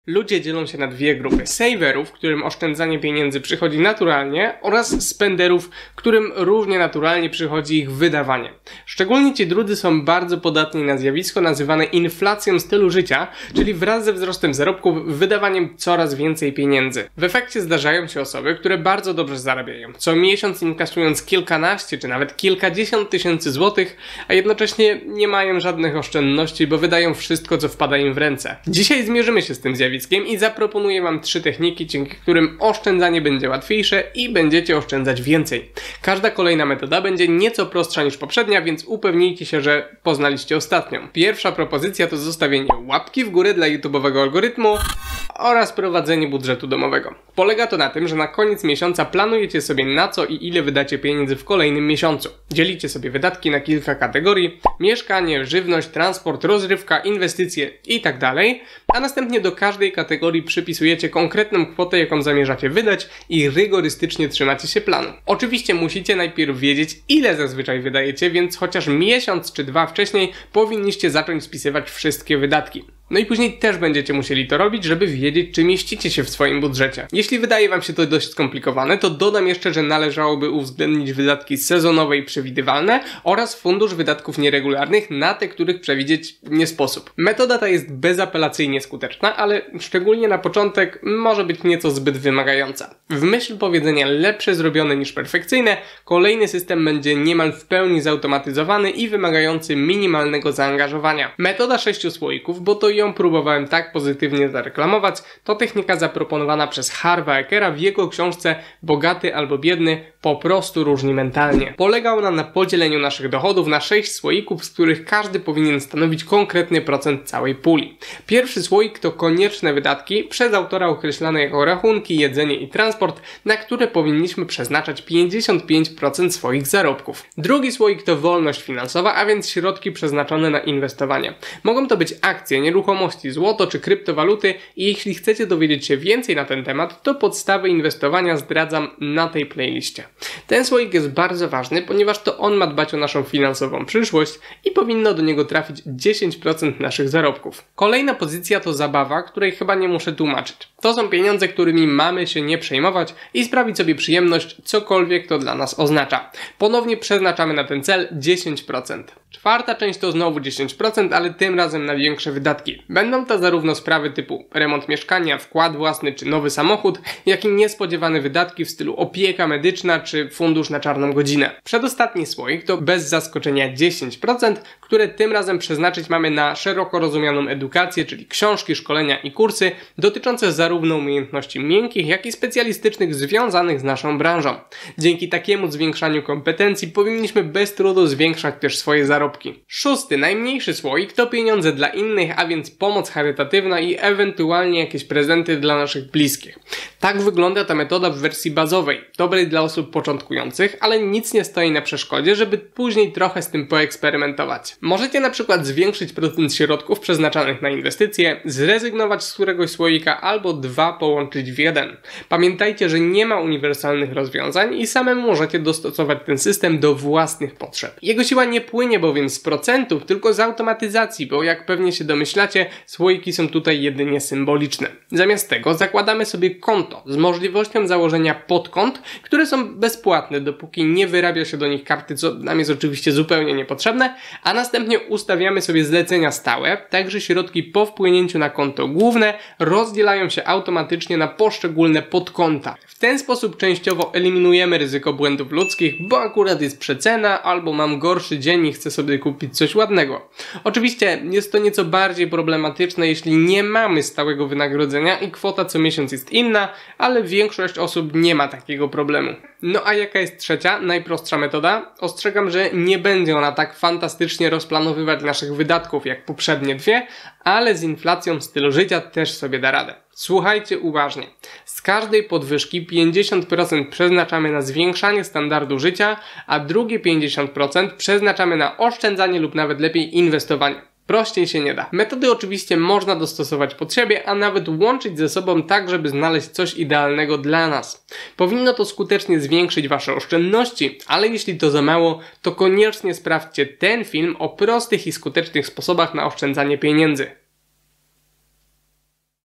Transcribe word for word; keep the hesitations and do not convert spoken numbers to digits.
Ludzie dzielą się na dwie grupy. Saverów, którym oszczędzanie pieniędzy przychodzi naturalnie, oraz spenderów, którym równie naturalnie przychodzi ich wydawanie. Szczególnie ci drudzy są bardzo podatni na zjawisko nazywane inflacją stylu życia, czyli wraz ze wzrostem zarobków wydawaniem coraz więcej pieniędzy. W efekcie zdarzają się osoby, które bardzo dobrze zarabiają, co miesiąc inkasując kilkanaście czy nawet kilkadziesiąt tysięcy złotych, a jednocześnie nie mają żadnych oszczędności, bo wydają wszystko, co wpada im w ręce. Dzisiaj zmierzymy się z tym zjawiskiem i zaproponuję wam trzy techniki, dzięki którym oszczędzanie będzie łatwiejsze i będziecie oszczędzać więcej. Każda kolejna metoda będzie nieco prostsza niż poprzednia, więc upewnijcie się, że poznaliście ostatnią. Pierwsza propozycja to zostawienie łapki w górę dla YouTube'owego algorytmu oraz prowadzenie budżetu domowego. Polega to na tym, że na koniec miesiąca planujecie sobie, na co i ile wydacie pieniędzy w kolejnym miesiącu. Dzielicie sobie wydatki na kilka kategorii: mieszkanie, żywność, transport, rozrywka, inwestycje itd., a następnie do każdej kategorii przypisujecie konkretną kwotę, jaką zamierzacie wydać i rygorystycznie trzymacie się planu. Oczywiście musicie najpierw wiedzieć, ile zazwyczaj wydajecie, więc chociaż miesiąc czy dwa wcześniej powinniście zacząć spisywać wszystkie wydatki. No i później też będziecie musieli to robić, żeby wiedzieć, czy mieścicie się w swoim budżecie. Jeśli wydaje wam się to dość skomplikowane, to dodam jeszcze, że należałoby uwzględnić wydatki sezonowe i przewidywalne oraz fundusz wydatków nieregularnych, na te, których przewidzieć nie sposób. Metoda ta jest bezapelacyjnie skuteczna, ale szczególnie na początek może być nieco zbyt wymagająca. W myśl powiedzenia lepsze zrobione niż perfekcyjne, kolejny system będzie niemal w pełni zautomatyzowany i wymagający minimalnego zaangażowania. Metoda sześciu słoików, bo to ją próbowałem tak pozytywnie zareklamować, to technika zaproponowana przez Harva Ekera w jego książce Bogaty albo biedny, po prostu różni mentalnie. Polega ona na podzieleniu naszych dochodów na sześć słoików, z których każdy powinien stanowić konkretny procent całej puli. Pierwszy słoik to konieczne wydatki, przez autora określane jako rachunki, jedzenie i transport, na które powinniśmy przeznaczać pięćdziesiąt pięć procent swoich zarobków. Drugi słoik to wolność finansowa, a więc środki przeznaczone na inwestowanie. Mogą to być akcje, nieruchomości, złoto czy kryptowaluty i jeśli chcecie dowiedzieć się więcej na ten temat, to podstawy inwestowania zdradzam na tej playliście. Ten słoik jest bardzo ważny, ponieważ to on ma dbać o naszą finansową przyszłość i powinno do niego trafić dziesięć procent naszych zarobków. Kolejna pozycja to zabawa, której chyba nie muszę tłumaczyć. To są pieniądze, którymi mamy się nie przejmować i sprawić sobie przyjemność, cokolwiek to dla nas oznacza. Ponownie przeznaczamy na ten cel dziesięć procent. Czwarta część to znowu dziesięć procent, ale tym razem na większe wydatki. Będą to zarówno sprawy typu remont mieszkania, wkład własny czy nowy samochód, jak i niespodziewane wydatki w stylu opieka medyczna czy fundusz na czarną godzinę. Przedostatni słoik to bez zaskoczenia dziesięć procent, które tym razem przeznaczyć mamy na szeroko rozumianą edukację, czyli książki, szkolenia i kursy dotyczące zarówno umiejętności miękkich, jak i specjalistycznych związanych z naszą branżą. Dzięki takiemu zwiększaniu kompetencji powinniśmy bez trudu zwiększać też swoje zarobki. Szósty, najmniejszy słoik to pieniądze dla innych, a więc pomoc charytatywna i ewentualnie jakieś prezenty dla naszych bliskich. Tak wygląda ta metoda w wersji bazowej, dobrej dla osób początkujących, ale nic nie stoi na przeszkodzie, żeby później trochę z tym poeksperymentować. Możecie na przykład zwiększyć procent środków przeznaczanych na inwestycje, zrezygnować z któregoś słoika albo dwa połączyć w jeden. Pamiętajcie, że nie ma uniwersalnych rozwiązań i samemu możecie dostosować ten system do własnych potrzeb. Jego siła nie płynie bowiem z procentów, tylko z automatyzacji, bo jak pewnie się domyślacie, słoiki są tutaj jedynie symboliczne. Zamiast tego zakładamy sobie konto z możliwością założenia podkont, które są bezpłatne, dopóki nie wyrabia się do nich karty, co nam jest oczywiście zupełnie niepotrzebne, a następnie ustawiamy sobie zlecenia stałe, tak że środki po wpłynięciu na konto główne rozdzielają się automatycznie na poszczególne podkonta. W ten sposób częściowo eliminujemy ryzyko błędów ludzkich, bo akurat jest przecena albo mam gorszy dzień i chcę sobie kupić coś ładnego. Oczywiście jest to nieco bardziej problematyczne, jeśli nie mamy stałego wynagrodzenia i kwota co miesiąc jest inna, ale większość osób nie ma takiego problemu. No a jaka jest trzecia, najprostsza metoda? Ostrzegam, że nie będzie ona tak fantastycznie rozplanowywać naszych wydatków jak poprzednie dwie, ale z inflacją stylu życia też sobie da radę. Słuchajcie uważnie. Z każdej podwyżki pięćdziesiąt procent przeznaczamy na zwiększanie standardu życia, a drugie pięćdziesiąt procent przeznaczamy na oszczędzanie lub nawet lepiej inwestowanie. Prościej się nie da. Metody oczywiście można dostosować pod siebie, a nawet łączyć ze sobą tak, żeby znaleźć coś idealnego dla nas. Powinno to skutecznie zwiększyć wasze oszczędności, ale jeśli to za mało, to koniecznie sprawdźcie ten film o prostych i skutecznych sposobach na oszczędzanie pieniędzy.